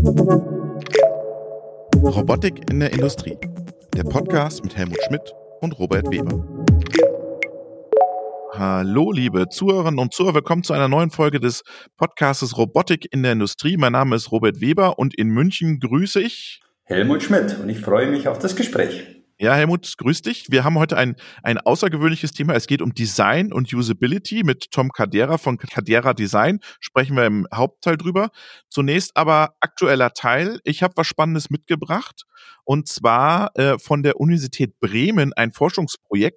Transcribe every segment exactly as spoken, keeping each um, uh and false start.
Robotik in der Industrie. Der Podcast mit Helmut Schmidt und Robert Weber. Hallo, liebe Zuhörerinnen und Zuhörer, willkommen zu einer neuen Folge des Podcastes Robotik in der Industrie. Mein Name ist Robert Weber und in München grüße ich Helmut Schmidt und ich freue mich auf das Gespräch. Ja, Helmut, grüß dich. Wir haben heute ein, ein außergewöhnliches Thema. Es geht um Design und Usability. Mit Tom Cadera von Cadera Design sprechen wir im Hauptteil drüber. Zunächst aber aktueller Teil. Ich habe was Spannendes mitgebracht und zwar äh, von der Universität Bremen ein Forschungsprojekt.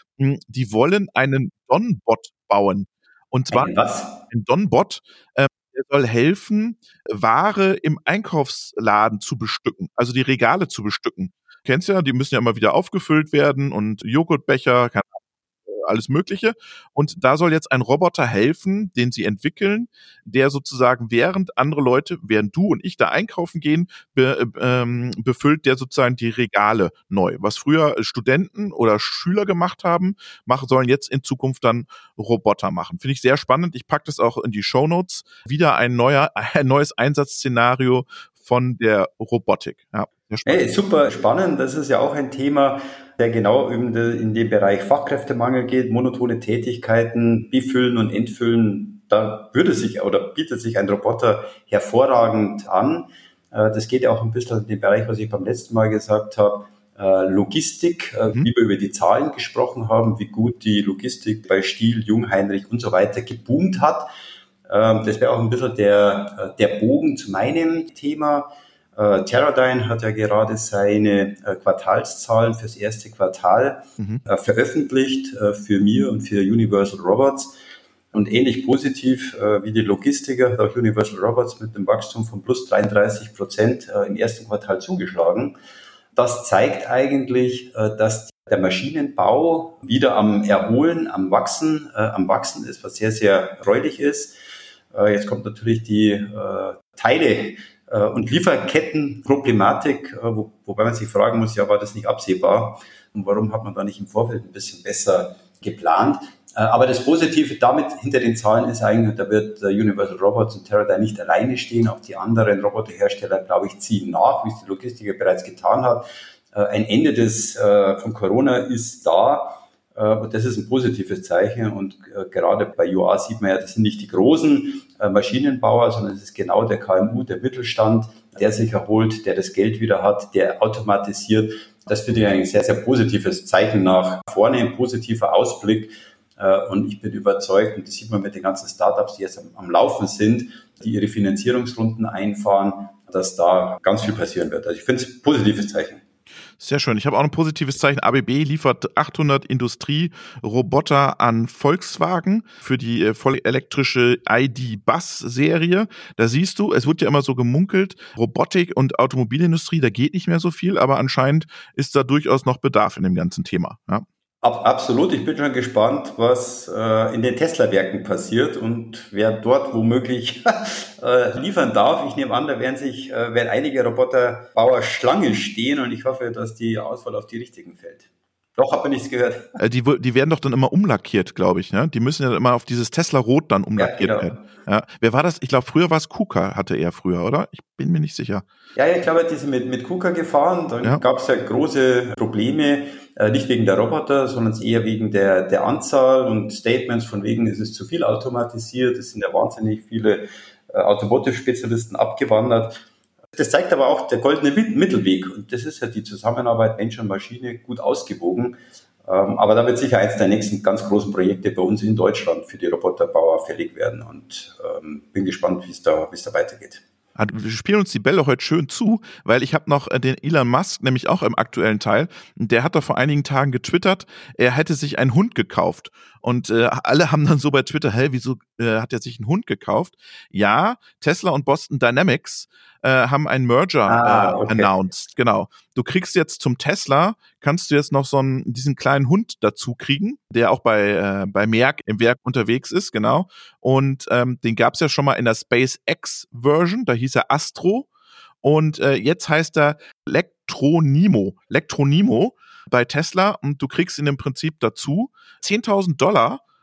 Die wollen einen Donbot bauen. Und zwar ein was? Ein Donbot. Äh, der soll helfen, Ware im Einkaufsladen zu bestücken, also die Regale zu bestücken. Du kennst ja, die müssen ja immer wieder aufgefüllt werden und Joghurtbecher, keine Ahnung, alles Mögliche. Und da soll jetzt ein Roboter helfen, den sie entwickeln, der sozusagen während andere Leute, während du und ich da einkaufen gehen, be, ähm, befüllt der sozusagen die Regale neu. Was früher Studenten oder Schüler gemacht haben, machen, sollen jetzt in Zukunft dann Roboter machen. Finde ich sehr spannend. Ich packe das auch in die Shownotes. Wieder ein neuer, ein neues Einsatzszenario von der Robotik. Ja. Hey, super spannend. Das ist ja auch ein Thema, der genau in den Bereich Fachkräftemangel geht, monotone Tätigkeiten, befüllen und entfüllen. Da würde sich oder bietet sich ein Roboter hervorragend an. Das geht ja auch ein bisschen in den Bereich, was ich beim letzten Mal gesagt habe, Logistik, mhm. wie wir über die Zahlen gesprochen haben, wie gut die Logistik bei Stihl, Jungheinrich und so weiter geboomt hat. Das wäre auch ein bisschen der, der Bogen zu meinem Thema. Uh, Teradyne hat ja gerade seine uh, Quartalszahlen fürs erste Quartal mhm. uh, veröffentlicht uh, für mir und für Universal Robots. Und ähnlich positiv uh, wie die Logistiker hat auch Universal Robots mit einem Wachstum von plus dreiunddreißig Prozent uh, im ersten Quartal zugeschlagen. Das zeigt eigentlich, uh, dass der Maschinenbau wieder am Erholen, am Wachsen, uh, am Wachsen ist, was sehr, sehr erfreulich ist. Uh, jetzt kommt natürlich die uh, Teile und Lieferkettenproblematik, wo, wobei man sich fragen muss, ja, war das nicht absehbar? Und warum hat man da nicht im Vorfeld ein bisschen besser geplant? Aber das Positive damit hinter den Zahlen ist eigentlich, da wird Universal Robots und Teradyne nicht alleine stehen. Auch die anderen Roboterhersteller, glaube ich, ziehen nach, wie es die Logistiker bereits getan hat. Ein Ende des, von Corona ist da. Und das ist ein positives Zeichen und äh, gerade bei U A sieht man ja, das sind nicht die großen äh, Maschinenbauer, sondern es ist genau der K M U, der Mittelstand, der sich erholt, der das Geld wieder hat, der automatisiert. Das finde ich ein sehr, sehr positives Zeichen nach vorne, ein positiver Ausblick. Äh, und ich bin überzeugt, und das sieht man mit den ganzen Startups, die jetzt am, am Laufen sind, die ihre Finanzierungsrunden einfahren, dass da ganz viel passieren wird. Also ich finde es ein positives Zeichen. Sehr schön. Ich habe auch ein positives Zeichen. A B B liefert achthundert Industrieroboter an Volkswagen für die äh, vollelektrische I D-Bus-Serie. Da siehst du, es wird ja immer so gemunkelt, Robotik und Automobilindustrie, da geht nicht mehr so viel, aber anscheinend ist da durchaus noch Bedarf in dem ganzen Thema. Ja. Ab, absolut. Ich bin schon gespannt, was äh, in den Tesla-Werken passiert und wer dort womöglich äh, liefern darf. Ich nehme an, da werden sich äh, werden einige Roboterbauer Schlange stehen und ich hoffe, dass die Auswahl auf die richtigen fällt. Doch, habe ich nichts gehört. Äh, die, die werden doch dann immer umlackiert, glaube ich. Ne? Die müssen ja immer auf dieses Tesla-Rot dann umlackiert ja, genau. werden. Ja. Wer war das? Ich glaube, früher war es KUKA, hatte er früher, oder? Ich bin mir nicht sicher. Ja, ich glaube, die sind mit, mit KUKA gefahren. Dann ja. gab es ja große Probleme, äh, nicht wegen der Roboter, sondern eher wegen der, der Anzahl und Statements von wegen, es ist zu viel automatisiert. Es sind ja wahnsinnig viele äh, Automotive-Spezialisten abgewandert. Das zeigt aber auch der goldene Mittelweg. Und das ist ja die Zusammenarbeit Mensch und Maschine gut ausgewogen. Ähm, aber da wird sicher eins der nächsten ganz großen Projekte bei uns in Deutschland für die Roboterbauer fällig werden. Und ähm, bin gespannt, wie es da, wie es da weitergeht. Wir spielen uns die Bälle heute schön zu, weil ich habe noch den Elon Musk, nämlich auch im aktuellen Teil, der hat doch vor einigen Tagen getwittert, er hätte sich einen Hund gekauft. Und äh, alle haben dann so bei Twitter, hä, wieso äh, hat er sich einen Hund gekauft? Ja, Tesla und Boston Dynamics äh, haben einen Merger ah, okay. äh, announced. Genau. Du kriegst jetzt zum Tesla, kannst du jetzt noch so einen, diesen kleinen Hund dazu kriegen, der auch bei äh, bei Merck im Werk unterwegs ist, genau. Und ähm, den gab's ja schon mal in der SpaceX-Version, da hieß er Astro. Und äh, jetzt heißt er Lectronimo. Lectronimo bei Tesla und du kriegst ihn im Prinzip dazu zehntausend Dollar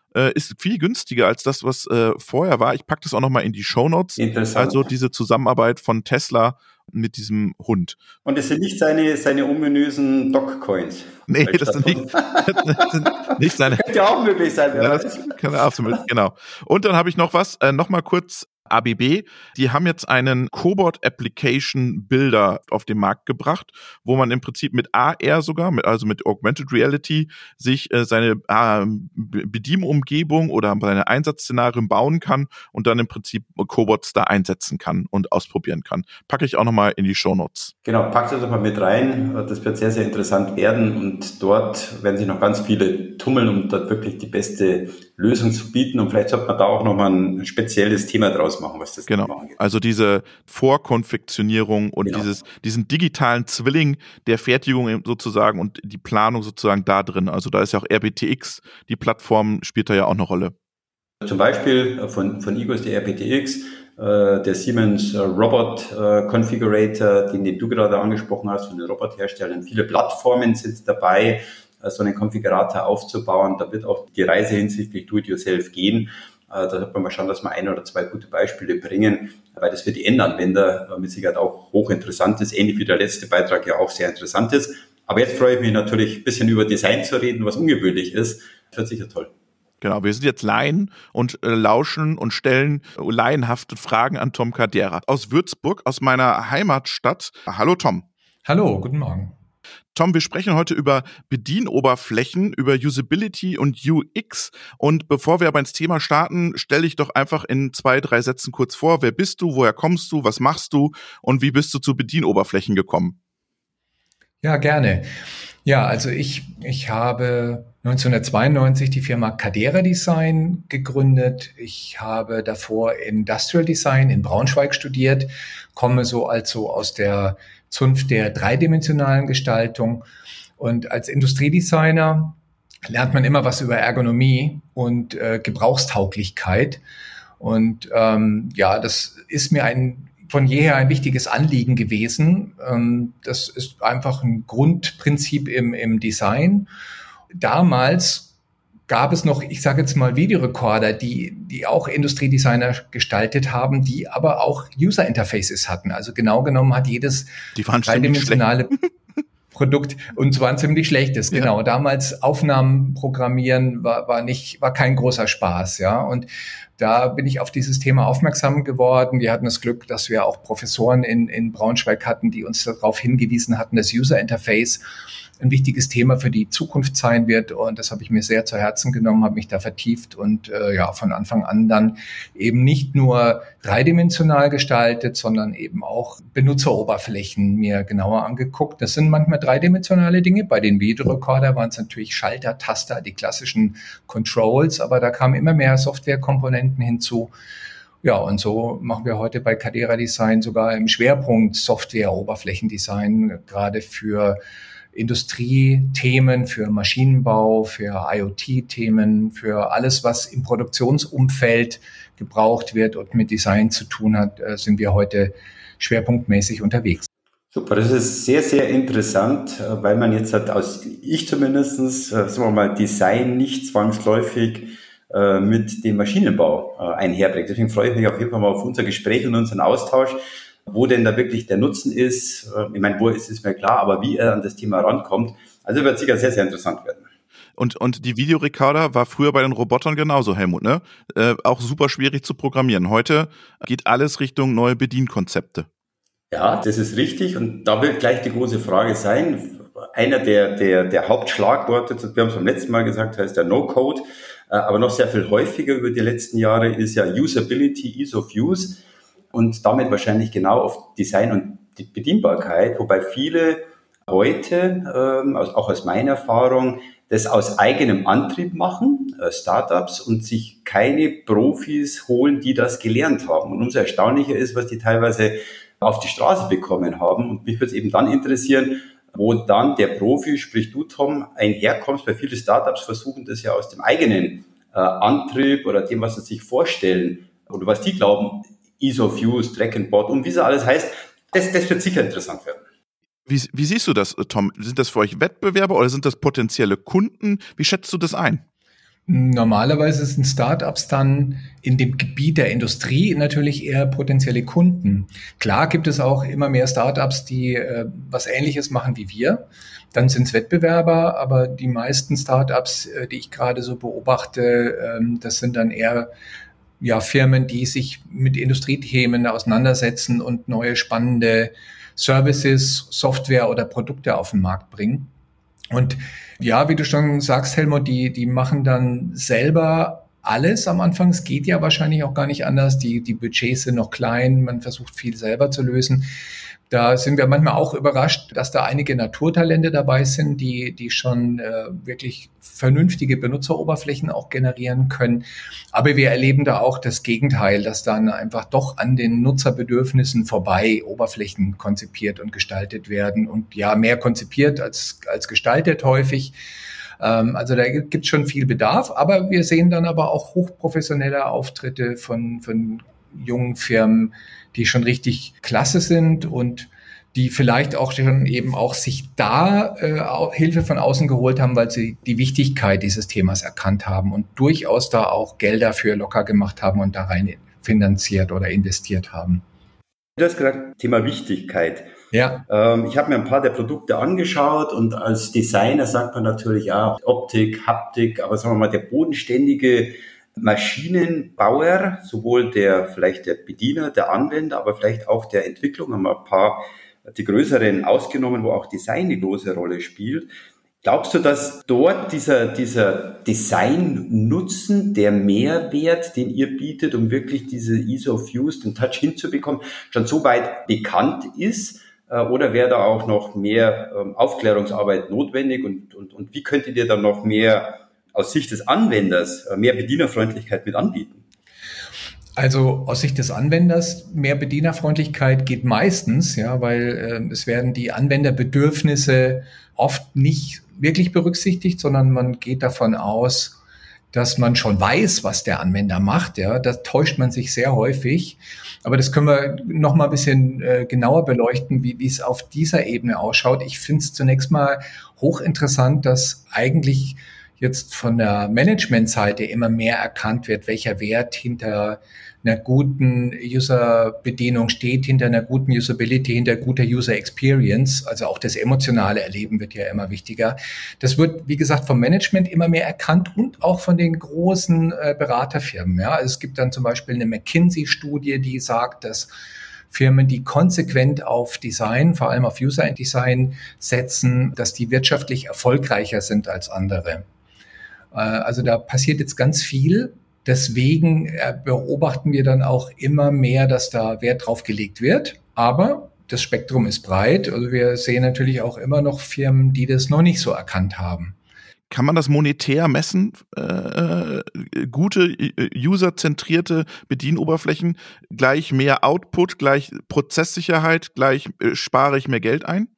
äh, ist viel günstiger als das, was äh, vorher war. Ich packe das auch nochmal in die Shownotes. Interessant. Also diese Zusammenarbeit von Tesla mit diesem Hund. Und es sind nicht seine, seine ominösen Dogecoins. Nee, das sind nicht, das sind nicht seine. Könnte ja auch möglich sein, wer Ja, weiß. das kann er absolut, genau. Und dann habe ich noch was, äh, noch mal kurz A B B, die haben jetzt einen Cobot Application Builder auf den Markt gebracht, wo man im Prinzip mit A R sogar, mit, also mit Augmented Reality, sich äh, seine äh, Bedienumgebung oder seine Einsatzszenarien bauen kann und dann im Prinzip Cobots da einsetzen kann und ausprobieren kann. Packe ich auch nochmal in die Shownotes. Genau, packt das doch mal mit rein. Das wird sehr, sehr interessant werden und dort werden sich noch ganz viele tummeln, um dort wirklich die beste Lösung zu bieten und vielleicht sollte man da auch nochmal ein spezielles Thema draus machen, was das genau. Thema angeht. Also diese Vorkonfektionierung und Genau. dieses, diesen digitalen Zwilling der Fertigung sozusagen und die Planung sozusagen da drin. Also da ist ja auch R B T X, die Plattform spielt da ja auch eine Rolle. Zum Beispiel von, von I G O ist der R B T X, äh, der Siemens Robot äh, Configurator, den, den du gerade angesprochen hast, von den Robotherstellern. Viele Plattformen sind dabei, äh, so einen Konfigurator aufzubauen. Da wird auch die Reise hinsichtlich Do-it-yourself gehen. Da sollte man mal schauen, dass wir ein oder zwei gute Beispiele bringen, weil das für die Endanwender mit Sicherheit auch hochinteressant ist, ähnlich wie der letzte Beitrag ja auch sehr interessant ist. Aber jetzt freue ich mich natürlich, ein bisschen über Design zu reden, was ungewöhnlich ist. Das wird sicher toll. Genau, wir sind jetzt Laien und äh, lauschen und stellen laienhafte Fragen an Tom Cadera aus Würzburg, aus meiner Heimatstadt. Hallo Tom. Hallo, guten Morgen. Tom, wir sprechen heute über Bedienoberflächen, über Usability und U X. Und bevor wir aber ins Thema starten, stell dich doch einfach in zwei, drei Sätzen kurz vor. Wer bist du, woher kommst du, was machst du und wie bist du zu Bedienoberflächen gekommen? Ja, gerne. Ja, also ich, ich habe neunzehnhundertzweiundneunzig die Firma Cadera Design gegründet. Ich habe davor Industrial Design in Braunschweig studiert, komme so also aus der Zunft der dreidimensionalen Gestaltung. Und als Industriedesigner lernt man immer was über Ergonomie und äh, Gebrauchstauglichkeit. Und ähm, ja, das ist mir ein von jeher ein wichtiges Anliegen gewesen. Ähm, das ist einfach ein Grundprinzip im, im Design. Damals gab es noch, ich sage jetzt mal, Videorekorder, die, die auch Industriedesigner gestaltet haben, die aber auch User-Interfaces hatten. Also genau genommen hat jedes dreidimensionale Produkt und zwar ein ziemlich schlechtes. Genau. Ja. Damals Aufnahmen programmieren war, war nicht, war kein großer Spaß, ja. Und da bin ich auf dieses Thema aufmerksam geworden. Wir hatten das Glück, dass wir auch Professoren in, in Braunschweig hatten, die uns darauf hingewiesen hatten, dass User Interface ein wichtiges Thema für die Zukunft sein wird. Und das habe ich mir sehr zu Herzen genommen, habe mich da vertieft und äh, ja, von Anfang an dann eben nicht nur dreidimensional gestaltet, sondern eben auch Benutzeroberflächen mir genauer angeguckt. Das sind manchmal dreidimensionale Dinge. Bei den Videorekorder waren es natürlich Schalter, Taster, die klassischen Controls, aber da kamen immer mehr Softwarekomponenten hinzu. Ja, und so machen wir heute bei Cadera Design sogar im Schwerpunkt Software-Oberflächendesign, gerade für Industriethemen, für Maschinenbau, für IoT-Themen, für alles, was im Produktionsumfeld gebraucht wird und mit Design zu tun hat, sind wir heute schwerpunktmäßig unterwegs. Super, das ist sehr, sehr interessant, weil man jetzt hat, aus ich zumindestens, sagen wir mal, Design nicht zwangsläufig äh, mit dem Maschinenbau äh, einherbringt. Deswegen freue ich mich auf jeden Fall mal auf unser Gespräch und unseren Austausch, wo denn da wirklich der Nutzen ist. Ich meine, wo ist es mir klar, aber wie er an das Thema rankommt. Also wird sicher sehr, sehr interessant werden. Und, und die Videorekorder war früher bei den Robotern genauso, Helmut, ne? Äh, auch super schwierig zu programmieren. Heute geht alles Richtung neue Bedienkonzepte. Ja, das ist richtig. Und da wird gleich die große Frage sein. Einer der, der, der Hauptschlagworte, wir haben es beim letzten Mal gesagt, heißt der No-Code. Aber noch sehr viel häufiger über die letzten Jahre ist ja Usability, Ease of Use. Und damit wahrscheinlich genau auf Design und die Bedienbarkeit, wobei viele heute, ähm, auch aus meiner Erfahrung, das aus eigenem Antrieb machen, äh, Startups, und sich keine Profis holen, die das gelernt haben. Und umso erstaunlicher ist, was die teilweise auf die Straße bekommen haben. Und mich würde es eben dann interessieren, wo dann der Profi, sprich du, Tom, einherkommst, weil viele Startups versuchen das ja aus dem eigenen äh, Antrieb oder dem, was sie sich vorstellen oder was die glauben, Ease of Use, Track and Board und wie es alles heißt, das, das wird sicher interessant werden. Wie, wie siehst du das, Tom? Sind das für euch Wettbewerber oder sind das potenzielle Kunden? Wie schätzt du das ein? Normalerweise sind Startups dann in dem Gebiet der Industrie natürlich eher potenzielle Kunden. Klar gibt es auch immer mehr Startups, die äh, was Ähnliches machen wie wir. Dann sind es Wettbewerber, aber die meisten Startups, äh, die ich gerade so beobachte, ähm, das sind dann eher ja, Firmen, die sich mit Industriethemen auseinandersetzen und neue spannende Services, Software oder Produkte auf den Markt bringen. Und ja, wie du schon sagst, Helmut, die, die machen dann selber alles am Anfang. Es geht ja wahrscheinlich auch gar nicht anders. Die, die Budgets sind noch klein. Man versucht viel selber zu lösen. Da sind wir manchmal auch überrascht, dass da einige Naturtalente dabei sind, die, die schon äh, wirklich vernünftige Benutzeroberflächen auch generieren können. Aber wir erleben da auch das Gegenteil, dass dann einfach doch an den Nutzerbedürfnissen vorbei Oberflächen konzipiert und gestaltet werden und ja, mehr konzipiert als, als gestaltet häufig. Ähm, also da gibt es schon viel Bedarf, aber wir sehen dann aber auch hochprofessionelle Auftritte von, von jungen Firmen, die schon richtig klasse sind und die vielleicht auch schon eben auch sich da äh, Hilfe von außen geholt haben, weil sie die Wichtigkeit dieses Themas erkannt haben und durchaus da auch Gelder für locker gemacht haben und da rein finanziert oder investiert haben. Du hast gesagt, Thema Wichtigkeit. Ja. Ähm, ich habe mir ein paar der Produkte angeschaut und als Designer sagt man natürlich, ja, Optik, Haptik, aber sagen wir mal, der bodenständige Maschinenbauer, sowohl der, vielleicht der Bediener, der Anwender, aber vielleicht auch der Entwicklung, haben wir ein paar, die größeren ausgenommen, wo auch Design eine große Rolle spielt. Glaubst du, dass dort dieser, dieser Design-Nutzen, der Mehrwert, den ihr bietet, um wirklich diese Ease of Use, den Touch hinzubekommen, schon so weit bekannt ist? Oder wäre da auch noch mehr Aufklärungsarbeit notwendig? Und, und, und wie könntet ihr dann noch mehr aus Sicht des Anwenders mehr Bedienerfreundlichkeit mit anbieten? Also aus Sicht des Anwenders mehr Bedienerfreundlichkeit geht meistens, ja, weil äh, es werden die Anwenderbedürfnisse oft nicht wirklich berücksichtigt, sondern man geht davon aus, dass man schon weiß, was der Anwender macht. Ja, da täuscht man sich sehr häufig. Aber das können wir noch mal ein bisschen äh, genauer beleuchten, wie, wie es auf dieser Ebene ausschaut. Ich finde es zunächst mal hochinteressant, dass eigentlich jetzt von der Managementseite immer mehr erkannt wird, welcher Wert hinter einer guten User-Bedienung steht, hinter einer guten Usability, hinter guter User-Experience. Also auch das emotionale Erleben wird ja immer wichtiger. Das wird, wie gesagt, vom Management immer mehr erkannt und auch von den großen äh, Beraterfirmen. Ja, also es gibt dann zum Beispiel eine McKinsey-Studie, die sagt, dass Firmen, die konsequent auf Design, vor allem auf User-Design setzen, dass die wirtschaftlich erfolgreicher sind als andere. Also da passiert jetzt ganz viel. Deswegen beobachten wir dann auch immer mehr, dass da Wert drauf gelegt wird. Aber das Spektrum ist breit. Also wir sehen natürlich auch immer noch Firmen, die das noch nicht so erkannt haben. Kann man das monetär messen? Äh, gute, userzentrierte Bedienoberflächen, gleich mehr Output, gleich Prozesssicherheit, gleich äh, spare ich mehr Geld ein?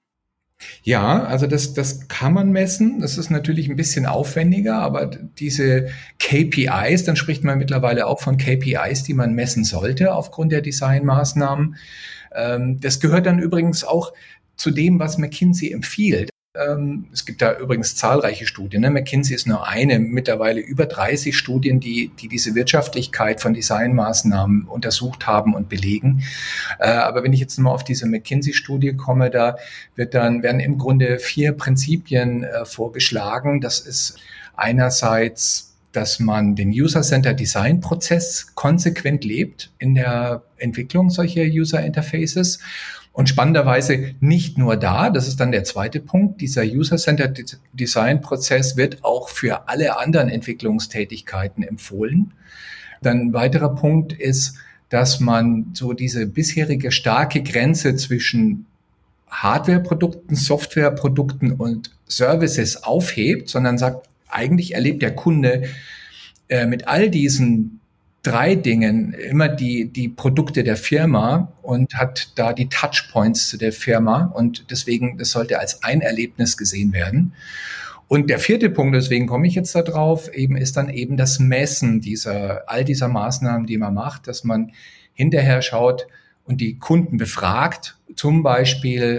Ja, also das, das kann man messen. Das ist natürlich ein bisschen aufwendiger, aber diese K P Is, dann spricht man mittlerweile auch von K P Is, die man messen sollte aufgrund der Designmaßnahmen. Das gehört dann übrigens auch zu dem, was McKinsey empfiehlt. Es gibt da übrigens zahlreiche Studien. Ne? McKinsey ist nur eine, mittlerweile über dreißig Studien, die, die diese Wirtschaftlichkeit von Designmaßnahmen untersucht haben und belegen. Äh, aber wenn ich jetzt mal auf diese McKinsey-Studie komme, da wird dann, werden im Grunde vier Prinzipien äh, vorgeschlagen. Das ist einerseits, dass man den User-Centered-Design-Prozess konsequent lebt in der Entwicklung solcher User-Interfaces. Und spannenderweise nicht nur da, das ist dann der zweite Punkt, dieser User-Centered Design-Prozess wird auch für alle anderen Entwicklungstätigkeiten empfohlen. Dann ein weiterer Punkt ist, dass man so diese bisherige starke Grenze zwischen Hardware-Produkten, Software-Produkten und Services aufhebt, sondern sagt, eigentlich erlebt der Kunde äh, mit all diesen drei Dingen immer die, die Produkte der Firma und hat da die Touchpoints zu der Firma und deswegen, das sollte als ein Erlebnis gesehen werden. Und der vierte Punkt, deswegen komme ich jetzt da drauf, eben ist dann eben das Messen dieser, all dieser Maßnahmen, die man macht, dass man hinterher schaut und die Kunden befragt, zum Beispiel,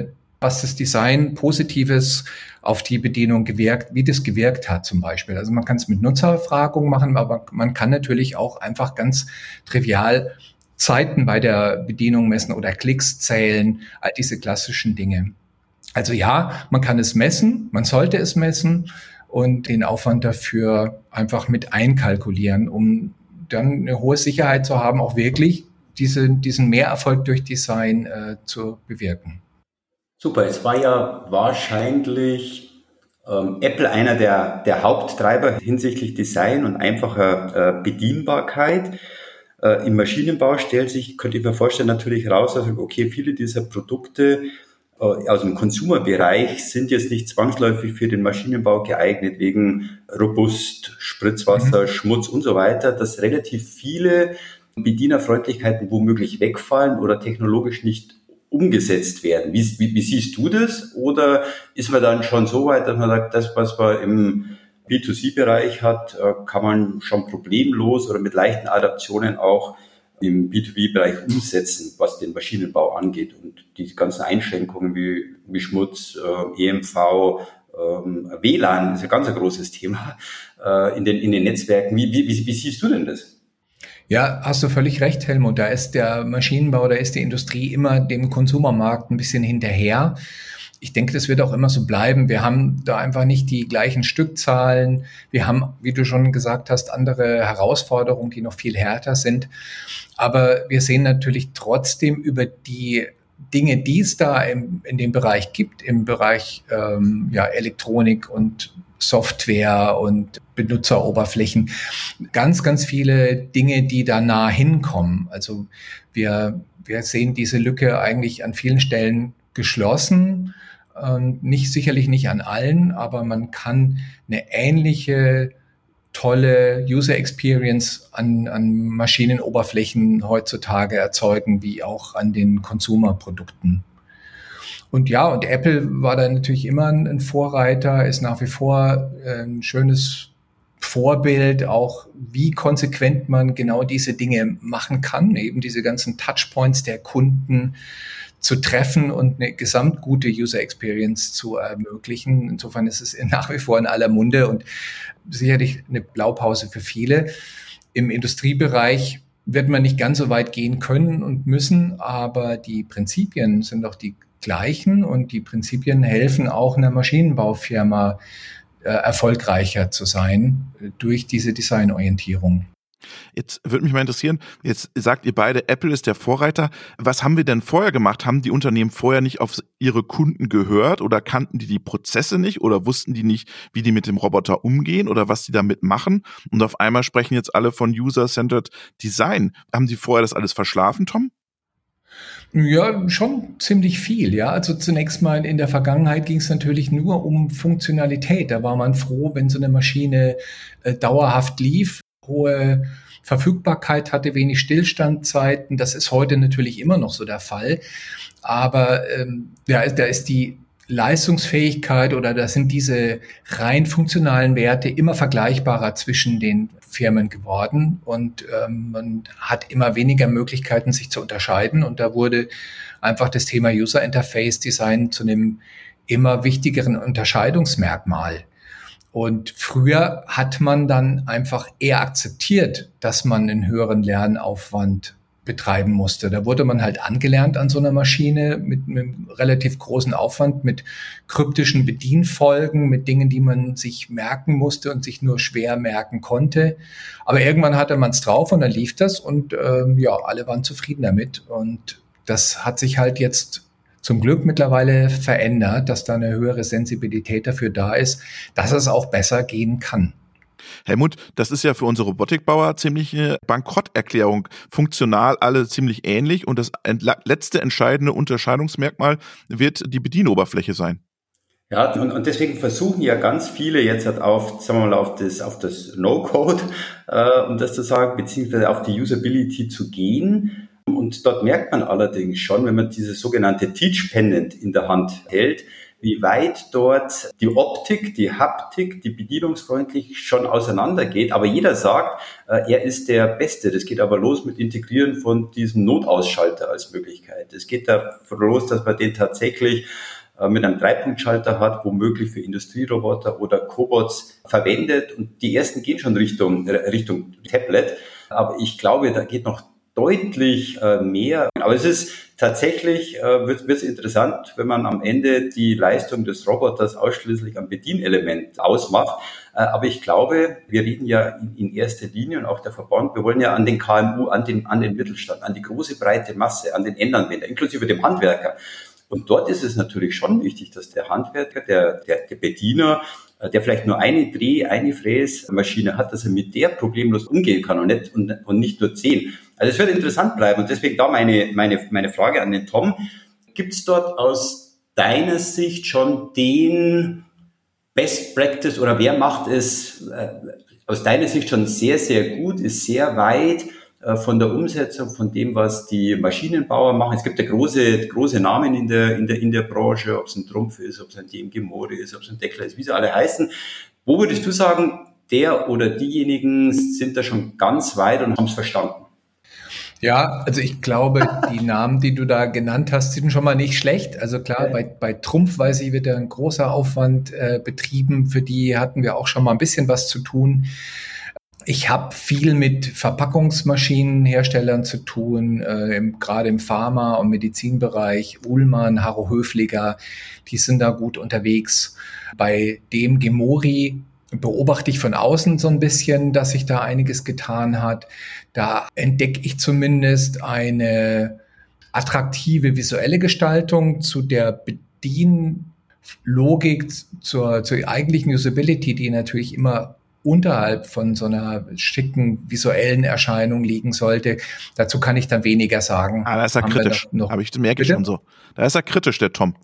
was das Design Positives auf die Bedienung gewirkt, wie das gewirkt hat zum Beispiel. Also man kann es mit Nutzererfragungen machen, aber man kann natürlich auch einfach ganz trivial Zeiten bei der Bedienung messen oder Klicks zählen, all diese klassischen Dinge. Also ja, man kann es messen, man sollte es messen und den Aufwand dafür einfach mit einkalkulieren, um dann eine hohe Sicherheit zu haben, auch wirklich diese, diesen Mehrerfolg durch Design äh, zu bewirken. Super, es war ja wahrscheinlich ähm, Apple einer der, der Haupttreiber hinsichtlich Design und einfacher äh, Bedienbarkeit. Äh, Im Maschinenbau stellt sich, könnte ich mir vorstellen, natürlich raus, also okay, viele dieser Produkte äh, aus dem Consumer-Bereich sind jetzt nicht zwangsläufig für den Maschinenbau geeignet, wegen robust, Spritzwasser, mhm. Schmutz und so weiter, dass relativ viele Bedienerfreundlichkeiten womöglich wegfallen oder technologisch nicht umgesetzt werden. Wie, wie, wie siehst du das? Oder ist man dann schon so weit, dass man sagt, das, was man im B zwei C Bereich hat, kann man schon problemlos oder mit leichten Adaptionen auch im B zwei B Bereich umsetzen, was den Maschinenbau angeht und die ganzen Einschränkungen wie, wie Schmutz, äh, E M V, äh, W L A N ist ein ganz ein großes Thema äh, in den, in den Netzwerken. Wie, wie, wie, wie siehst du denn das? Ja, hast du völlig recht, Helmut. Da ist der Maschinenbau, da ist die Industrie immer dem Konsumermarkt ein bisschen hinterher. Ich denke, das wird auch immer so bleiben. Wir haben da einfach nicht die gleichen Stückzahlen. Wir haben, wie du schon gesagt hast, andere Herausforderungen, die noch viel härter sind. Aber wir sehen natürlich trotzdem über die Dinge, die es da im, in dem Bereich gibt, im Bereich ähm, ja, Elektronik und Software und Benutzeroberflächen, ganz, ganz viele Dinge, die da nah hinkommen. Also wir, wir sehen diese Lücke eigentlich an vielen Stellen geschlossen, und nicht sicherlich nicht an allen, aber man kann eine ähnliche tolle User Experience an, an Maschinenoberflächen heutzutage erzeugen, wie auch an den Consumer-Produkten. Und ja, und Apple war da natürlich immer ein Vorreiter, ist nach wie vor ein schönes Vorbild, auch wie konsequent man genau diese Dinge machen kann, eben diese ganzen Touchpoints der Kunden zu treffen und eine gesamtgute User Experience zu ermöglichen. Insofern ist es nach wie vor in aller Munde und sicherlich eine Blaupause für viele. Im Industriebereich wird man nicht ganz so weit gehen können und müssen, aber die Prinzipien sind doch die gleichen und die Prinzipien helfen auch einer Maschinenbaufirma äh, erfolgreicher zu sein äh, durch diese Designorientierung. Jetzt würde mich mal interessieren, jetzt sagt ihr beide, Apple ist der Vorreiter. Was haben wir denn vorher gemacht? Haben die Unternehmen vorher nicht auf ihre Kunden gehört oder kannten die die Prozesse nicht oder wussten die nicht, wie die mit dem Roboter umgehen oder was die damit machen? Und auf einmal sprechen jetzt alle von User-Centered Design. Haben die vorher das alles verschlafen, Tom? Ja, schon ziemlich viel, ja. Also zunächst mal in der Vergangenheit ging es natürlich nur um Funktionalität. Da war man froh, wenn so eine Maschine äh, dauerhaft lief, hohe Verfügbarkeit hatte, wenig Stillstandzeiten. Das ist heute natürlich immer noch so der Fall. Aber ähm, ja, da ist die Leistungsfähigkeit oder da sind diese rein funktionalen Werte immer vergleichbarer zwischen den Firmen geworden und ähm, man hat immer weniger Möglichkeiten, sich zu unterscheiden und da wurde einfach das Thema User Interface Design zu einem immer wichtigeren Unterscheidungsmerkmal. Und früher hat man dann einfach eher akzeptiert, dass man einen höheren Lernaufwand betreiben musste. Da wurde man halt angelernt an so einer Maschine mit einem relativ großen Aufwand, mit kryptischen Bedienfolgen, mit Dingen, die man sich merken musste und sich nur schwer merken konnte. Aber irgendwann hatte man es drauf und dann lief das und ähm, ja, alle waren zufrieden damit. Und das hat sich halt jetzt zum Glück mittlerweile verändert, dass da eine höhere Sensibilität dafür da ist, dass es auch besser gehen kann. Helmut, das ist ja für unsere Robotikbauer ziemlich eine Bankrotterklärung. Funktional alle ziemlich ähnlich und das letzte entscheidende Unterscheidungsmerkmal wird die Bedienoberfläche sein. Ja, und, und deswegen versuchen ja ganz viele jetzt halt auf, sagen wir mal, auf das, auf das No-Code, äh, um das zu sagen, beziehungsweise auf die Usability zu gehen. Und dort merkt man allerdings schon, wenn man dieses sogenannte Teach Pendant in der Hand hält, wie weit dort die Optik, die Haptik, die bedienungsfreundlich schon auseinandergeht. Aber jeder sagt, äh, er ist der Beste. Das geht aber los mit Integrieren von diesem Notausschalter als Möglichkeit. Es geht da los, dass man den tatsächlich äh, mit einem Dreipunktschalter hat, womöglich für Industrieroboter oder Cobots verwendet. Und die ersten gehen schon Richtung, Richtung Tablet. Aber ich glaube, da geht noch deutlich äh, mehr. Aber es ist tatsächlich, äh, wird es interessant, wenn man am Ende die Leistung des Roboters ausschließlich am Bedienelement ausmacht. Äh, aber ich glaube, wir reden ja in, in erster Linie und auch der Verband, wir wollen ja an den K M U, an den, an den Mittelstand, an die große breite Masse, an den Endanwender, inklusive dem Handwerker. Und dort ist es natürlich schon wichtig, dass der Handwerker, der, der, der Bediener, der vielleicht nur eine Dreh-, eine Fräsmaschine hat, dass er mit der problemlos umgehen kann und nicht, und, und nicht nur zehn. Also es wird interessant bleiben und deswegen da meine, meine, meine Frage an den Tom. Gibt es dort aus deiner Sicht schon den Best Practice oder wer macht es äh, aus deiner Sicht schon sehr, sehr gut, ist sehr weit äh, von der Umsetzung von dem, was die Maschinenbauer machen? Es gibt ja große, große Namen in der, in der, in der Branche, ob es ein Trumpf ist, ob es ein D M G Mori ist, ob es ein Deckler ist, wie sie alle heißen. Wo würdest du sagen, der oder diejenigen sind da schon ganz weit und haben es verstanden? Ja, also ich glaube, die Namen, die du da genannt hast, sind schon mal nicht schlecht. Also klar, okay. bei, bei Trumpf, weiß ich, wird da ein großer Aufwand äh, betrieben. Für die hatten wir auch schon mal ein bisschen was zu tun. Ich habe viel mit Verpackungsmaschinenherstellern zu tun, äh, im, gerade im Pharma- und Medizinbereich. Uhlmann, Harro Höfliger, die sind da gut unterwegs. Bei D M G Mori beobachte ich von außen so ein bisschen, dass sich da einiges getan hat. Da entdecke ich zumindest eine attraktive visuelle Gestaltung zu der Bedienlogik, zur, zur eigentlichen Usability, die natürlich immer unterhalb von so einer schicken visuellen Erscheinung liegen sollte. Dazu kann ich dann weniger sagen. Ah, da ist er Haben kritisch. Habe ich, merke ich schon so. Da ist er kritisch, der Tom.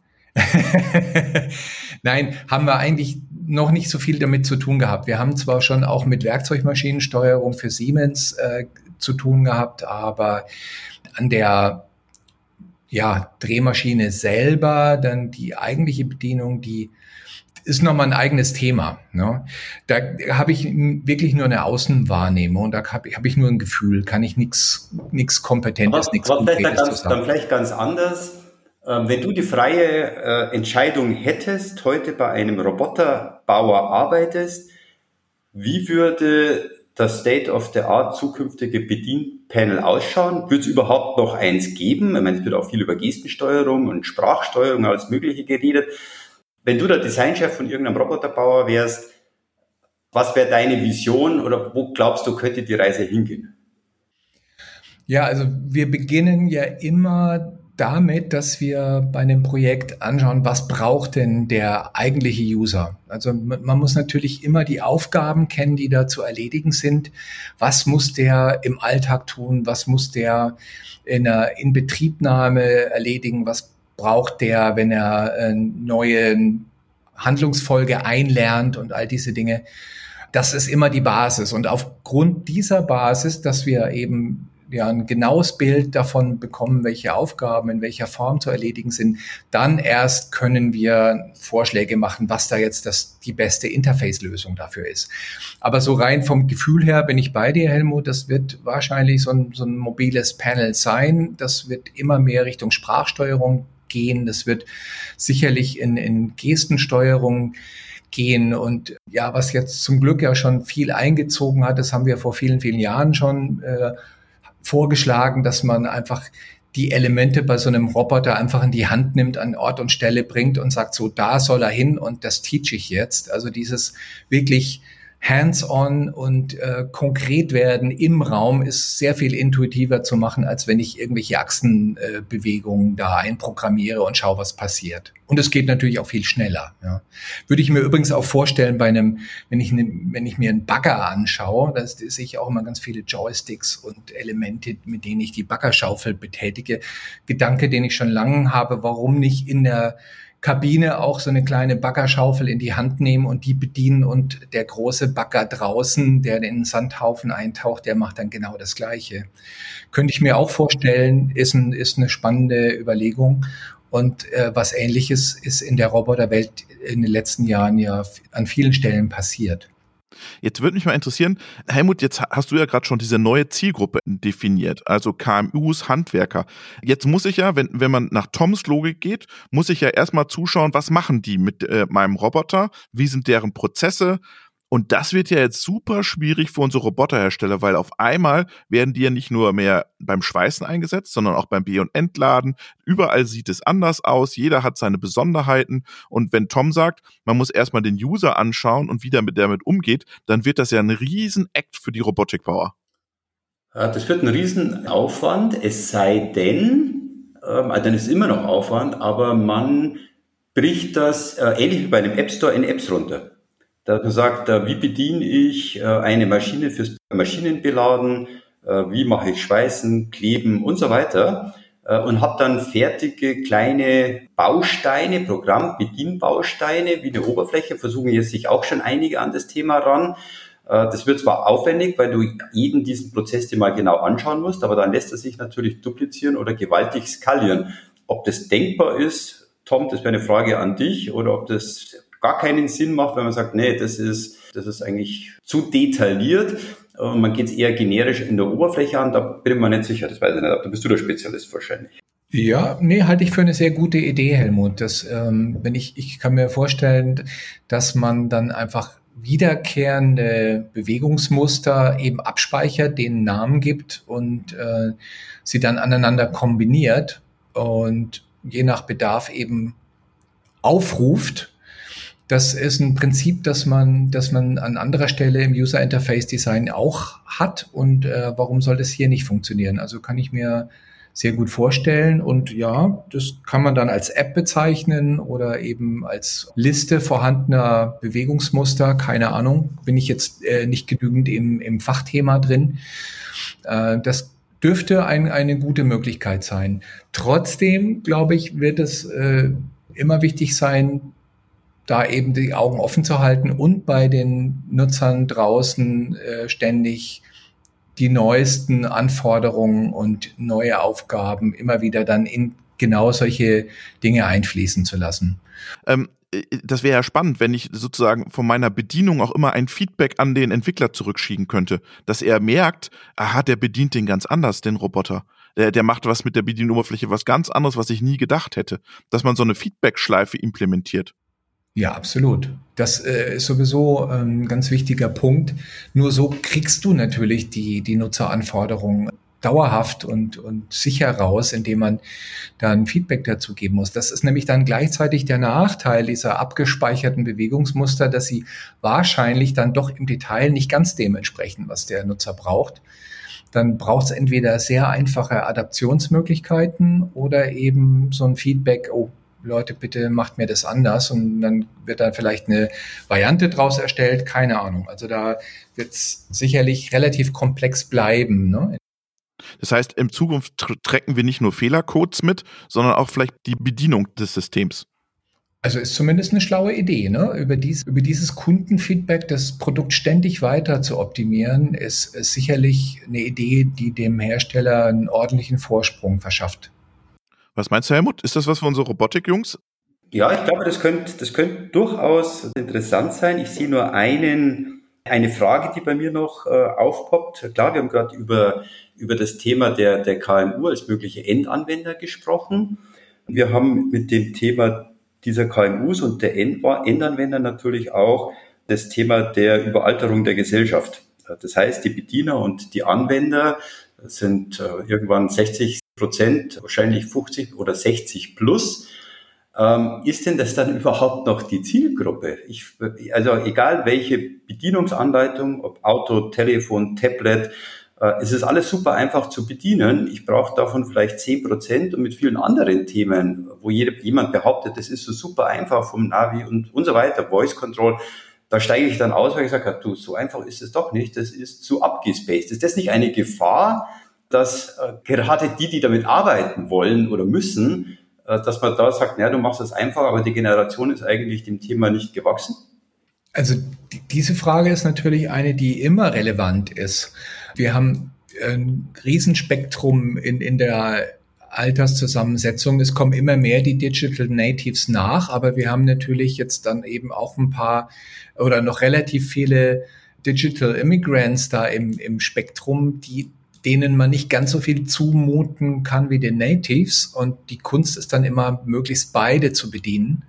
Nein, haben wir eigentlich noch nicht so viel damit zu tun gehabt. Wir haben zwar schon auch mit Werkzeugmaschinensteuerung für Siemens äh, zu tun gehabt, aber an der ja, Drehmaschine selber, dann die eigentliche Bedienung, die ist nochmal ein eigenes Thema. Ne? Da habe ich wirklich nur eine Außenwahrnehmung und da habe hab ich nur ein Gefühl, kann ich nichts nichts Kompetentes, nichts Konkretes zu sagen. Dann vielleicht ganz anders. Wenn du die freie äh, Entscheidung hättest, heute bei einem Roboterbauer arbeitest, wie würde das State of the Art zukünftige Bedienpanel ausschauen? Würde es überhaupt noch eins geben? Ich meine, es wird auch viel über Gestensteuerung und Sprachsteuerung, alles Mögliche geredet. Wenn du der Designchef von irgendeinem Roboterbauer wärst, was wäre deine Vision oder wo glaubst du, könnte die Reise hingehen? Ja, also wir beginnen ja immer damit, dass wir bei einem Projekt anschauen, was braucht denn der eigentliche User? Also man muss natürlich immer die Aufgaben kennen, die da zu erledigen sind. Was muss der im Alltag tun? Was muss der in der Inbetriebnahme erledigen? Was braucht der, wenn er eine neue Handlungsfolge einlernt und all diese Dinge? Das ist immer die Basis. Und aufgrund dieser Basis, dass wir eben ja ein genaues Bild davon bekommen, welche Aufgaben in welcher Form zu erledigen sind, dann erst können wir Vorschläge machen, was da jetzt das, die beste Interface-Lösung dafür ist. Aber so rein vom Gefühl her bin ich bei dir, Helmut, das wird wahrscheinlich so ein, so ein mobiles Panel sein. Das wird immer mehr Richtung Sprachsteuerung gehen. Das wird sicherlich in, in Gestensteuerung gehen. Und ja, was jetzt zum Glück ja schon viel eingezogen hat, das haben wir vor vielen, vielen Jahren schon äh, vorgeschlagen, dass man einfach die Elemente bei so einem Roboter einfach in die Hand nimmt, an Ort und Stelle bringt und sagt, so da soll er hin und das teach ich jetzt. Also dieses wirklich hands-on und äh, konkret werden im Raum ist sehr viel intuitiver zu machen, als wenn ich irgendwelche Achsenbewegungen äh, da einprogrammiere und schaue, was passiert. Und es geht natürlich auch viel schneller. Ja. Würde ich mir übrigens auch vorstellen bei einem, wenn ich, ne, wenn ich mir einen Bagger anschaue, da sehe ich auch immer ganz viele Joysticks und Elemente, mit denen ich die Baggerschaufel betätige. Gedanke, den ich schon lange habe, warum nicht in der Kabine auch so eine kleine Baggerschaufel in die Hand nehmen und die bedienen und der große Bagger draußen, der in den Sandhaufen eintaucht, der macht dann genau das Gleiche. Könnte ich mir auch vorstellen, ist, ein, ist eine spannende Überlegung. Und äh, was Ähnliches ist in der Roboterwelt in den letzten Jahren ja an vielen Stellen passiert. Jetzt würde mich mal interessieren, Helmut, jetzt hast du ja gerade schon diese neue Zielgruppe definiert, also K M Us, Handwerker. Jetzt muss ich ja, wenn, wenn man nach Toms Logik geht, muss ich ja erstmal zuschauen, was machen die mit äh, meinem Roboter, wie sind deren Prozesse. Und das wird ja jetzt super schwierig für unsere Roboterhersteller, weil auf einmal werden die ja nicht nur mehr beim Schweißen eingesetzt, sondern auch beim Be- und Entladen. Überall sieht es anders aus, jeder hat seine Besonderheiten. Und wenn Tom sagt, man muss erstmal den User anschauen und wie der mit damit umgeht, dann wird das ja ein Riesen-Act für die Robotikbauer. Ja, das wird ein Riesenaufwand, es sei denn, ähm, dann ist immer noch Aufwand, aber man bricht das äh, ähnlich wie bei einem App Store in Apps runter. Dass man sagt, wie bediene ich eine Maschine fürs Maschinenbeladen, wie mache ich Schweißen, Kleben und so weiter und habe dann fertige kleine Bausteine, Programm, Bedienbausteine wie eine Oberfläche, versuchen jetzt sich auch schon einige an das Thema ran. Das wird zwar aufwendig, weil du jeden diesen Prozess dir mal genau anschauen musst, aber dann lässt er sich natürlich duplizieren oder gewaltig skalieren. Ob das denkbar ist, Tom, das wäre eine Frage an dich, oder ob das gar keinen Sinn macht, wenn man sagt, nee, das ist, das ist eigentlich zu detailliert und man geht es eher generisch in der Oberfläche an, da bin ich mir nicht sicher, das weiß ich nicht, da bist du der Spezialist wahrscheinlich. Ja, nee, halte ich für eine sehr gute Idee, Helmut. Das, ähm, wenn ich, ich kann mir vorstellen, dass man dann einfach wiederkehrende Bewegungsmuster eben abspeichert, denen Namen gibt und äh, sie dann aneinander kombiniert und je nach Bedarf eben aufruft. Das ist ein Prinzip, das man, das man an anderer Stelle im User Interface Design auch hat. Und äh, warum soll das hier nicht funktionieren? Also kann ich mir sehr gut vorstellen. Und ja, das kann man dann als App bezeichnen oder eben als Liste vorhandener Bewegungsmuster. Keine Ahnung, bin ich jetzt äh, nicht genügend im, im Fachthema drin. Äh, das dürfte ein, eine gute Möglichkeit sein. Trotzdem, glaube ich, wird es äh, immer wichtig sein, da eben die Augen offen zu halten und bei den Nutzern draußen äh, ständig die neuesten Anforderungen und neue Aufgaben immer wieder dann in genau solche Dinge einfließen zu lassen. Ähm, das wäre ja spannend, wenn ich sozusagen von meiner Bedienung auch immer ein Feedback an den Entwickler zurückschieben könnte, dass er merkt, aha, der bedient den ganz anders, den Roboter. Der, der macht was mit der Bedienoberfläche, was ganz anderes, was ich nie gedacht hätte. Dass man so eine Feedback-Schleife implementiert. Ja, absolut. Das äh, ist sowieso ein ähm, ganz wichtiger Punkt. Nur so kriegst du natürlich die, die Nutzeranforderungen dauerhaft und, und sicher raus, indem man dann Feedback dazu geben muss. Das ist nämlich dann gleichzeitig der Nachteil dieser abgespeicherten Bewegungsmuster, dass sie wahrscheinlich dann doch im Detail nicht ganz dem entsprechen, was der Nutzer braucht. Dann braucht es entweder sehr einfache Adaptionsmöglichkeiten oder eben so ein Feedback, oh, Leute, bitte macht mir das anders, und dann wird da vielleicht eine Variante draus erstellt, keine Ahnung. Also da wird es sicherlich relativ komplex bleiben, ne? Das heißt, in Zukunft tracken wir nicht nur Fehlercodes mit, sondern auch vielleicht die Bedienung des Systems. Also ist zumindest eine schlaue Idee, ne? Über, dies, über dieses Kundenfeedback, das Produkt ständig weiter zu optimieren, ist, ist sicherlich eine Idee, die dem Hersteller einen ordentlichen Vorsprung verschafft. Was meinst du, Helmut? Ist das was für unsere Robotik-Jungs? Ja, ich glaube, das könnte, das könnte durchaus interessant sein. Ich sehe nur einen, eine Frage, die bei mir noch äh, aufpoppt. Klar, wir haben gerade über, über das Thema der, der K M U als mögliche Endanwender gesprochen. Wir haben mit dem Thema dieser K M Us und der End- Endanwender natürlich auch das Thema der Überalterung der Gesellschaft. Das heißt, die Bediener und die Anwender sind äh, irgendwann sechzig Prozent, wahrscheinlich fünfzig oder sechzig plus. Ähm, ist denn das dann überhaupt noch die Zielgruppe? Ich, also egal welche Bedienungsanleitung, ob Auto, Telefon, Tablet, äh, es ist alles super einfach zu bedienen. Ich brauche davon vielleicht zehn Prozent, und mit vielen anderen Themen, wo jeder, jemand behauptet, das ist so super einfach vom Navi und, und so weiter, Voice Control, da steige ich dann aus, weil ich sage, du, so einfach ist es doch nicht, das ist zu abgespaced. Ist das nicht eine Gefahr, dass äh, gerade die, die damit arbeiten wollen oder müssen, äh, dass man da sagt, naja, du machst das einfach, aber die Generation ist eigentlich dem Thema nicht gewachsen? Also die, diese Frage ist natürlich eine, die immer relevant ist. Wir haben ein Riesenspektrum in, in der Alterszusammensetzung. Es kommen immer mehr die Digital Natives nach, aber wir haben natürlich jetzt dann eben auch ein paar oder noch relativ viele Digital Immigrants da im, im Spektrum, die denen man nicht ganz so viel zumuten kann wie den Natives. Und die Kunst ist dann immer, möglichst beide zu bedienen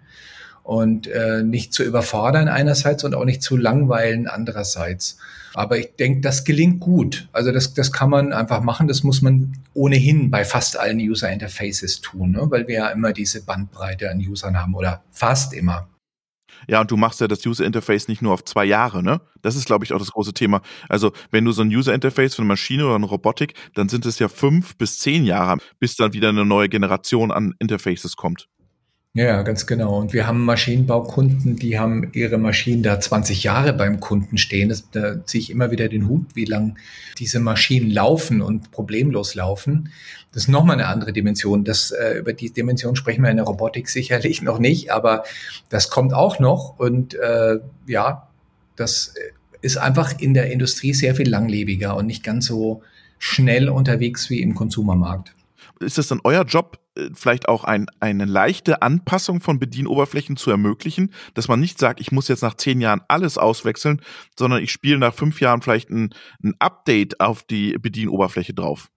und äh, nicht zu überfordern einerseits und auch nicht zu langweilen andererseits. Aber ich denke, das gelingt gut. Also das, das kann man einfach machen. Das muss man ohnehin bei fast allen User Interfaces tun, ne? Weil wir ja immer diese Bandbreite an Usern haben oder fast immer. Ja, und du machst ja das User Interface nicht nur auf zwei Jahre, ne? Das ist, glaube ich, auch das große Thema. Also, wenn du so ein User Interface für eine Maschine oder eine Robotik, dann sind es ja fünf bis zehn Jahre, bis dann wieder eine neue Generation an Interfaces kommt. Ja, ganz genau. Und wir haben Maschinenbaukunden, die haben ihre Maschinen da zwanzig Jahre beim Kunden stehen. Das, da ziehe ich immer wieder den Hut, wie lang diese Maschinen laufen und problemlos laufen. Das ist nochmal eine andere Dimension. Das, äh, über die Dimension sprechen wir in der Robotik sicherlich noch nicht, aber das kommt auch noch. Und äh, ja, das ist einfach in der Industrie sehr viel langlebiger und nicht ganz so schnell unterwegs wie im Konsumermarkt. Ist es dann euer Job, vielleicht auch ein, eine leichte Anpassung von Bedienoberflächen zu ermöglichen, dass man nicht sagt, ich muss jetzt nach zehn Jahren alles auswechseln, sondern ich spiele nach fünf Jahren vielleicht ein, ein Update auf die Bedienoberfläche drauf?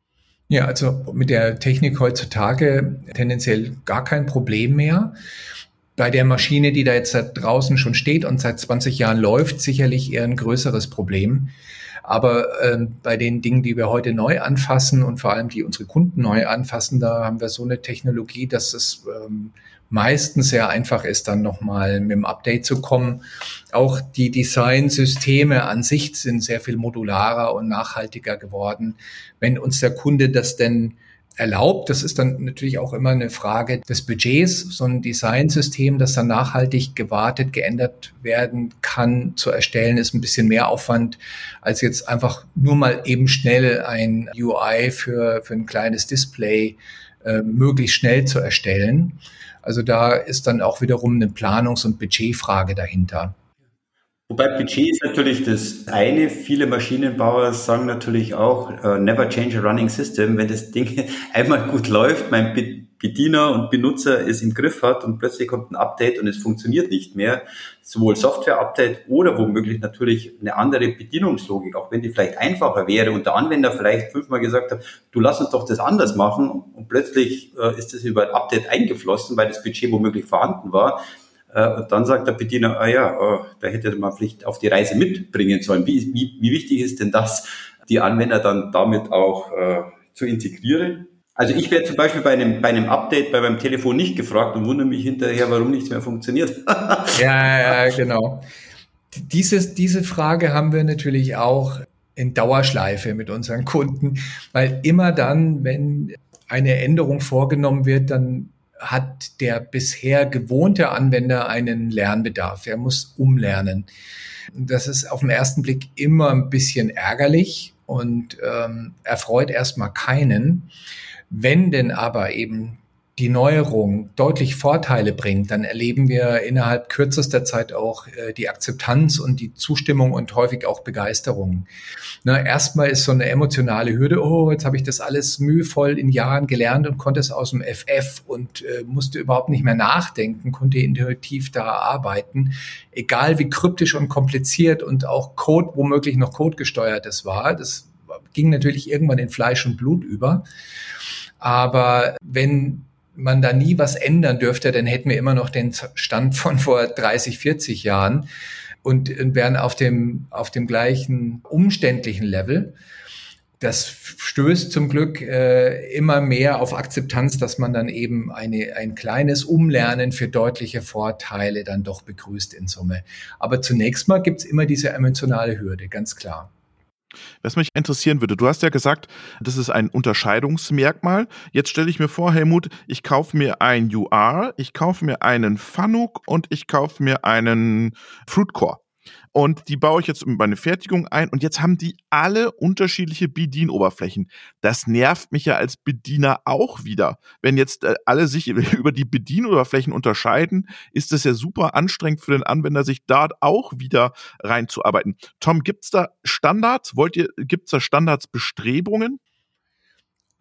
Ja, also mit der Technik heutzutage tendenziell gar kein Problem mehr. Bei der Maschine, die da jetzt da draußen schon steht und seit zwanzig Jahren läuft, sicherlich eher ein größeres Problem. Aber äh, bei den Dingen, die wir heute neu anfassen und vor allem die unsere Kunden neu anfassen, da haben wir so eine Technologie, dass es ähm, meistens sehr einfach ist, dann nochmal mit dem Update zu kommen. Auch die Designsysteme an sich sind sehr viel modularer und nachhaltiger geworden. Wenn uns der Kunde das denn erlaubt, das ist dann natürlich auch immer eine Frage des Budgets, so ein Designsystem, das dann nachhaltig gewartet, geändert werden kann, zu erstellen, ist ein bisschen mehr Aufwand, als jetzt einfach nur mal eben schnell ein U I für, für ein kleines Display äh, möglichst schnell zu erstellen. Also da ist dann auch wiederum eine Planungs- und Budgetfrage dahinter. Wobei Budget ist natürlich das eine. Viele Maschinenbauer sagen natürlich auch, uh, never change a running system. Wenn das Ding einmal gut läuft, mein Bediener und Benutzer es im Griff hat und plötzlich kommt ein Update und es funktioniert nicht mehr, sowohl Software-Update oder womöglich natürlich eine andere Bedienungslogik, auch wenn die vielleicht einfacher wäre und der Anwender vielleicht fünfmal gesagt hat, du lass uns doch das anders machen und plötzlich uh, ist das über ein Update eingeflossen, weil das Budget womöglich vorhanden war. Und dann sagt der Bediener, ah ja, oh, da hätte man vielleicht auf die Reise mitbringen sollen. Wie, wie, wie wichtig ist denn das, die Anwender dann damit auch äh, zu integrieren? Also ich werde zum Beispiel bei einem, bei einem Update bei meinem Telefon nicht gefragt und wundere mich hinterher, warum nichts mehr funktioniert. Ja, ja, genau. Dieses, diese Frage haben wir natürlich auch in Dauerschleife mit unseren Kunden, weil immer dann, wenn eine Änderung vorgenommen wird, dann hat der bisher gewohnte Anwender einen Lernbedarf. Er muss umlernen. Das ist auf den ersten Blick immer ein bisschen ärgerlich und ähm, erfreut erstmal keinen. Wenn denn aber eben die Neuerung deutlich Vorteile bringt, dann erleben wir innerhalb kürzester Zeit auch äh, die Akzeptanz und die Zustimmung und häufig auch Begeisterung. Na, erstmal ist so eine emotionale Hürde, oh, jetzt habe ich das alles mühevoll in Jahren gelernt und konnte es aus dem F F und äh, musste überhaupt nicht mehr nachdenken, konnte intuitiv da arbeiten, egal wie kryptisch und kompliziert und auch Code, womöglich noch codegesteuertes war. Das ging natürlich irgendwann in Fleisch und Blut über. Aber wenn man da nie was ändern dürfte, dann hätten wir immer noch den Stand von vor dreißig, vierzig Jahren und wären auf dem, auf dem gleichen umständlichen Level. Das stößt zum Glück äh, immer mehr auf Akzeptanz, dass man dann eben eine, ein kleines Umlernen für deutliche Vorteile dann doch begrüßt in Summe. Aber zunächst mal gibt's immer diese emotionale Hürde, ganz klar. Was mich interessieren würde, du hast ja gesagt, das ist ein Unterscheidungsmerkmal. Jetzt stelle ich mir vor, Helmut, ich kaufe mir ein U R, ich kaufe mir einen Fanuc und ich kaufe mir einen Fruitcore. Und die baue ich jetzt in meine Fertigung ein und jetzt haben die alle unterschiedliche Bedienoberflächen. Das nervt mich ja als Bediener auch wieder. Wenn jetzt äh, alle sich über die Bedienoberflächen unterscheiden, ist es ja super anstrengend für den Anwender, sich dort auch wieder reinzuarbeiten. Tom, gibt's da Standards? Wollt ihr, gibt's da Standardsbestrebungen?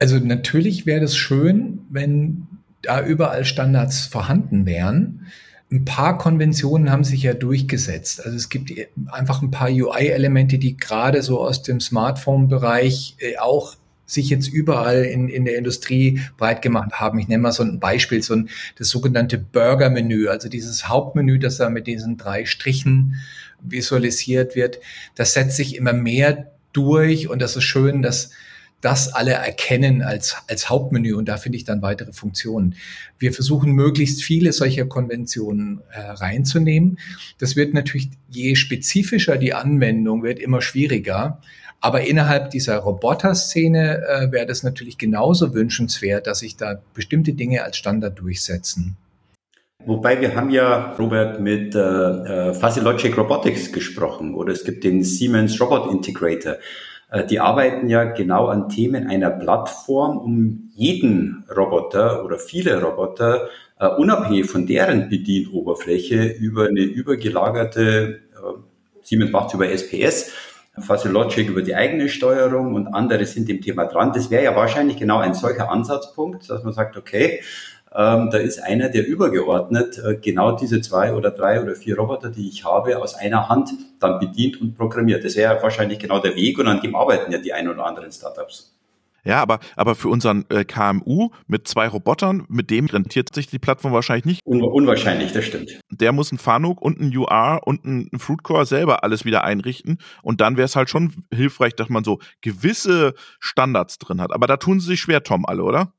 Also natürlich wäre das schön, wenn da überall Standards vorhanden wären. Ein paar Konventionen haben sich ja durchgesetzt. Also es gibt einfach ein paar U I-Elemente, die gerade so aus dem Smartphone-Bereich auch sich jetzt überall in, in der Industrie breit gemacht haben. Ich nenne mal so ein Beispiel, so ein, das sogenannte Burger-Menü, also dieses Hauptmenü, das da mit diesen drei Strichen visualisiert wird. Das setzt sich immer mehr durch und das ist schön, dass das alle erkennen als, als Hauptmenü und da finde ich dann weitere Funktionen. Wir versuchen möglichst viele solcher Konventionen äh, reinzunehmen. Das wird natürlich, je spezifischer die Anwendung wird, immer schwieriger. Aber innerhalb dieser Roboter-Szene äh, wäre das natürlich genauso wünschenswert, dass sich da bestimmte Dinge als Standard durchsetzen. Wobei wir haben ja, Robert, mit äh, Fuzzy Logic Robotics gesprochen oder es gibt den Siemens Robot Integrator. Die arbeiten ja genau an Themen einer Plattform, um jeden Roboter oder viele Roboter uh, unabhängig von deren Bedienoberfläche über eine übergelagerte, uh, Siemens macht es über S P S, Fuzzy Logic über die eigene Steuerung und andere sind dem Thema dran. Das wäre ja wahrscheinlich genau ein solcher Ansatzpunkt, dass man sagt, okay, ähm, da ist einer, der übergeordnet äh, genau diese zwei oder drei oder vier Roboter, die ich habe, aus einer Hand dann bedient und programmiert. Das wäre wahrscheinlich genau der Weg und an dem arbeiten ja die ein oder anderen Startups. Ja, aber, aber für unseren äh, K M U mit zwei Robotern, mit dem rentiert sich die Plattform wahrscheinlich nicht. Un- unwahrscheinlich, das stimmt. Der muss ein Fanuc und ein U R und ein Fruitcore selber alles wieder einrichten und dann wäre es halt schon hilfreich, dass man so gewisse Standards drin hat. Aber da tun sie sich schwer, Tom, alle, oder?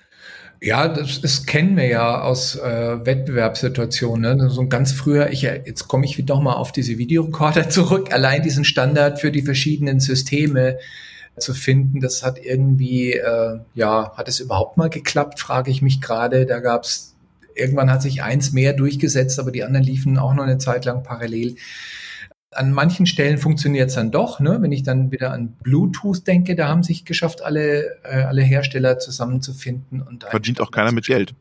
Ja, das, das kennen wir ja aus äh, Wettbewerbssituationen. Ne? So ganz früher, ich jetzt komme ich wieder mal auf diese Videorekorder zurück, allein diesen Standard für die verschiedenen Systeme zu finden, das hat irgendwie, äh, ja, hat es überhaupt mal geklappt, frage ich mich gerade. Da gab's, irgendwann hat sich eins mehr durchgesetzt, aber die anderen liefen auch noch eine Zeit lang parallel. An manchen Stellen funktioniert es dann doch, ne? Wenn ich dann wieder an Bluetooth denke, da haben sich geschafft, alle, äh, alle Hersteller zusammenzufinden. Und verdient auch keiner mit Geld.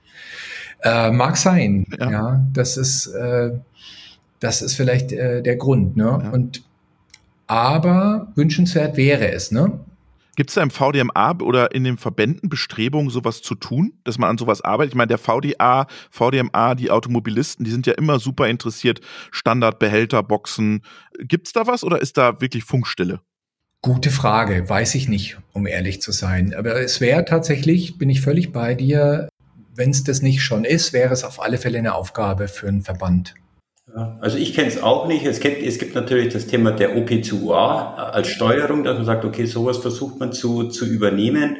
Äh, mag sein, ja. ja. Das ist, äh, das ist vielleicht äh, der Grund, ne? Ja. Und aber wünschenswert wäre es, ne? Gibt es da im V D M A oder in den Verbänden Bestrebungen, sowas zu tun, dass man an sowas arbeitet? Ich meine, der V D A, V D M A, die Automobilisten, die sind ja immer super interessiert, Standardbehälter, Boxen. Gibt es da was oder ist da wirklich Funkstille? Gute Frage, weiß ich nicht, um ehrlich zu sein. Aber es wäre tatsächlich, bin ich völlig bei dir, wenn es das nicht schon ist, wäre es auf alle Fälle eine Aufgabe für einen Verband. Ja, also ich kenne es auch nicht. Es gibt, es gibt natürlich das Thema der O P zwei U A als Steuerung, dass man sagt, okay, sowas versucht man zu, zu übernehmen.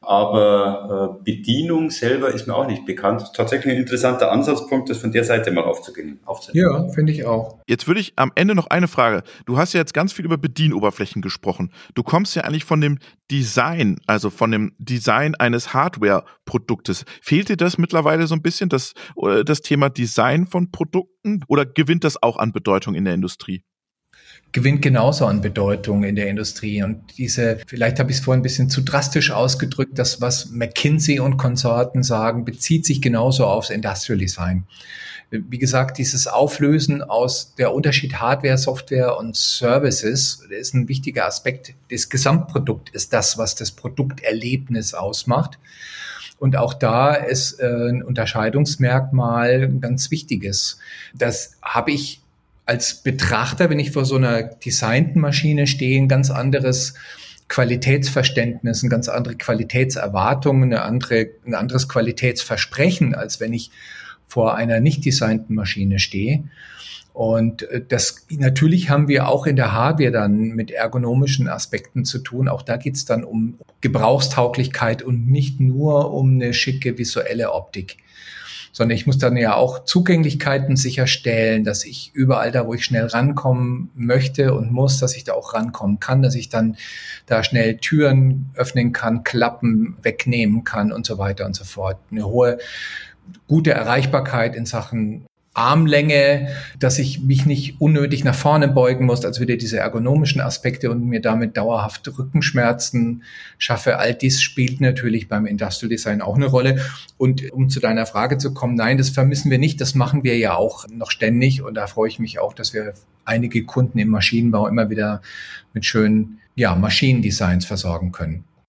Aber äh, Bedienung selber ist mir auch nicht bekannt. Das ist tatsächlich ein interessanter Ansatzpunkt, das von der Seite mal aufzugehen. Ja, finde ich auch. Jetzt würde ich am Ende noch eine Frage. Du hast ja jetzt ganz viel über Bedienoberflächen gesprochen. Du kommst ja eigentlich von dem Design, also von dem Design eines Hardware-Produktes. Fehlt dir das mittlerweile so ein bisschen, das, das Thema Design von Produkten? Oder gewinnt das auch an Bedeutung in der Industrie? Gewinnt genauso an Bedeutung in der Industrie. Und diese, vielleicht habe ich es vorhin ein bisschen zu drastisch ausgedrückt, das, was McKinsey und Konsorten sagen, bezieht sich genauso aufs Industrial Design. Wie gesagt, dieses Auflösen aus der Unterschied Hardware, Software und Services ist ein wichtiger Aspekt. Das Gesamtprodukt ist das, was das Produkterlebnis ausmacht. Und auch da ist ein Unterscheidungsmerkmal ein ganz wichtiges. Das habe ich als Betrachter, wenn ich vor so einer designten Maschine stehe, ein ganz anderes Qualitätsverständnis, eine ganz andere Qualitätserwartung, eine andere, ein anderes Qualitätsversprechen, als wenn ich vor einer nicht designten Maschine stehe. Und das natürlich haben wir auch in der Hardware dann mit ergonomischen Aspekten zu tun. Auch da geht es dann um Gebrauchstauglichkeit und nicht nur um eine schicke visuelle Optik, sondern ich muss dann ja auch Zugänglichkeiten sicherstellen, dass ich überall da, wo ich schnell rankommen möchte und muss, dass ich da auch rankommen kann, dass ich dann da schnell Türen öffnen kann, Klappen wegnehmen kann und so weiter und so fort. Eine hohe, gute Erreichbarkeit in Sachen Armlänge, dass ich mich nicht unnötig nach vorne beugen muss, also wieder diese ergonomischen Aspekte und mir damit dauerhaft Rückenschmerzen schaffe. All dies spielt natürlich beim Industrial Design auch eine Rolle. Und um zu deiner Frage zu kommen, nein, das vermissen wir nicht, das machen wir ja auch noch ständig und da freue ich mich auch, dass wir einige Kunden im Maschinenbau immer wieder mit schönen, ja, Maschinendesigns versorgen können.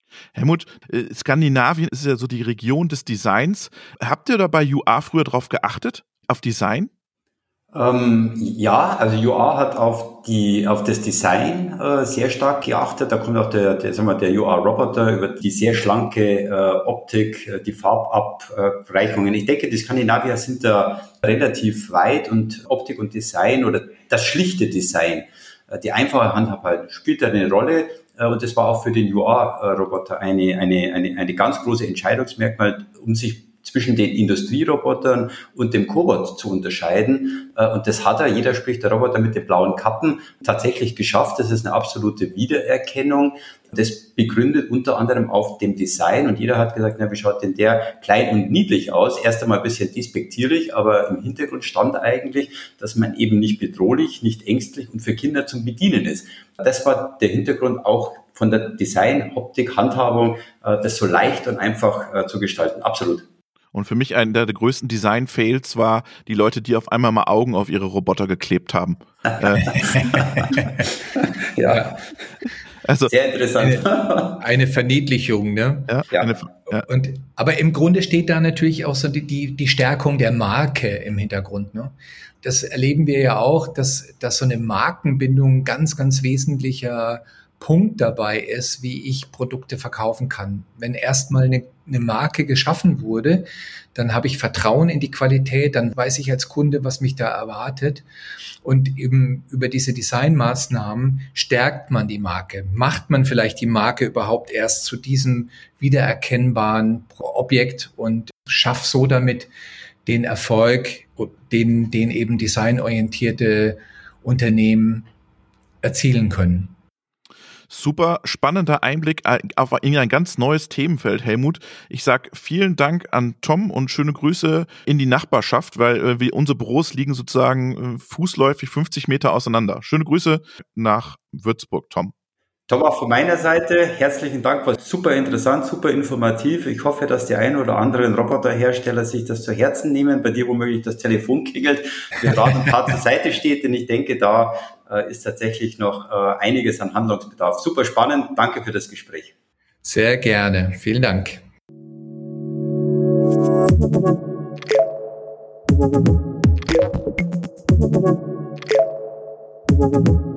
Helmut, äh, Skandinavien ist ja so die Region des Designs. Habt ihr da bei U A früher drauf geachtet? Auf Design? Ähm, ja, also U A hat auf die auf das Design äh, sehr stark geachtet. Da kommt auch der, der, sagen wir, der U A-Roboter über die sehr schlanke äh, Optik, äh, die Farbabweichungen. Ich denke, die Skandinavier sind da relativ weit und Optik und Design oder das schlichte Design, äh, die einfache Handhabung spielt da eine Rolle. Äh, und das war auch für den U A-Roboter eine, eine, eine, eine ganz große Entscheidungsmerkmal, um sich zwischen den Industrierobotern und dem Cobot zu unterscheiden. Und das hat er, jeder spricht der Roboter mit den blauen Kappen, tatsächlich geschafft. Das ist eine absolute Wiedererkennung. Das begründet unter anderem auf dem Design. Und jeder hat gesagt, na, wie schaut denn der klein und niedlich aus? Erst einmal ein bisschen despektierlich, aber im Hintergrund stand eigentlich, dass man eben nicht bedrohlich, nicht ängstlich und für Kinder zum Bedienen ist. Das war der Hintergrund auch von der Design, Optik, Handhabung, das so leicht und einfach zu gestalten. Absolut. Und für mich einer der größten Design-Fails war die Leute, die auf einmal mal Augen auf ihre Roboter geklebt haben. Ja, also, sehr interessant. Eine, eine Verniedlichung, ne? Ja, ja. Eine, ja. Und, aber im Grunde steht da natürlich auch so die, die, die Stärkung der Marke im Hintergrund, ne? Das erleben wir ja auch, dass, dass so eine Markenbindung ein ganz, ganz wesentlicher Punkt dabei ist, wie ich Produkte verkaufen kann. Wenn erstmal eine, eine Marke geschaffen wurde, dann habe ich Vertrauen in die Qualität, dann weiß ich als Kunde, was mich da erwartet. Und eben über diese Designmaßnahmen stärkt man die Marke. Macht man vielleicht die Marke überhaupt erst zu diesem wiedererkennbaren Objekt und schafft so damit den Erfolg, den, den eben designorientierte Unternehmen erzielen können. Super spannender Einblick auf ein ganz neues Themenfeld, Helmut. Ich sag vielen Dank an Tom und schöne Grüße in die Nachbarschaft, weil wir, unsere Büros liegen sozusagen fußläufig fünfzig Meter auseinander. Schöne Grüße nach Würzburg, Tom. Tom, auch von meiner Seite herzlichen Dank, war super interessant, super informativ. Ich hoffe, dass die ein oder anderen Roboterhersteller sich das zu Herzen nehmen, bei dir womöglich das Telefon klingelt, mir Rat und Tat zur Seite steht, denn ich denke, da äh, ist tatsächlich noch äh, einiges an Handlungsbedarf. Super spannend, danke für das Gespräch. Sehr gerne, vielen Dank. Thank you.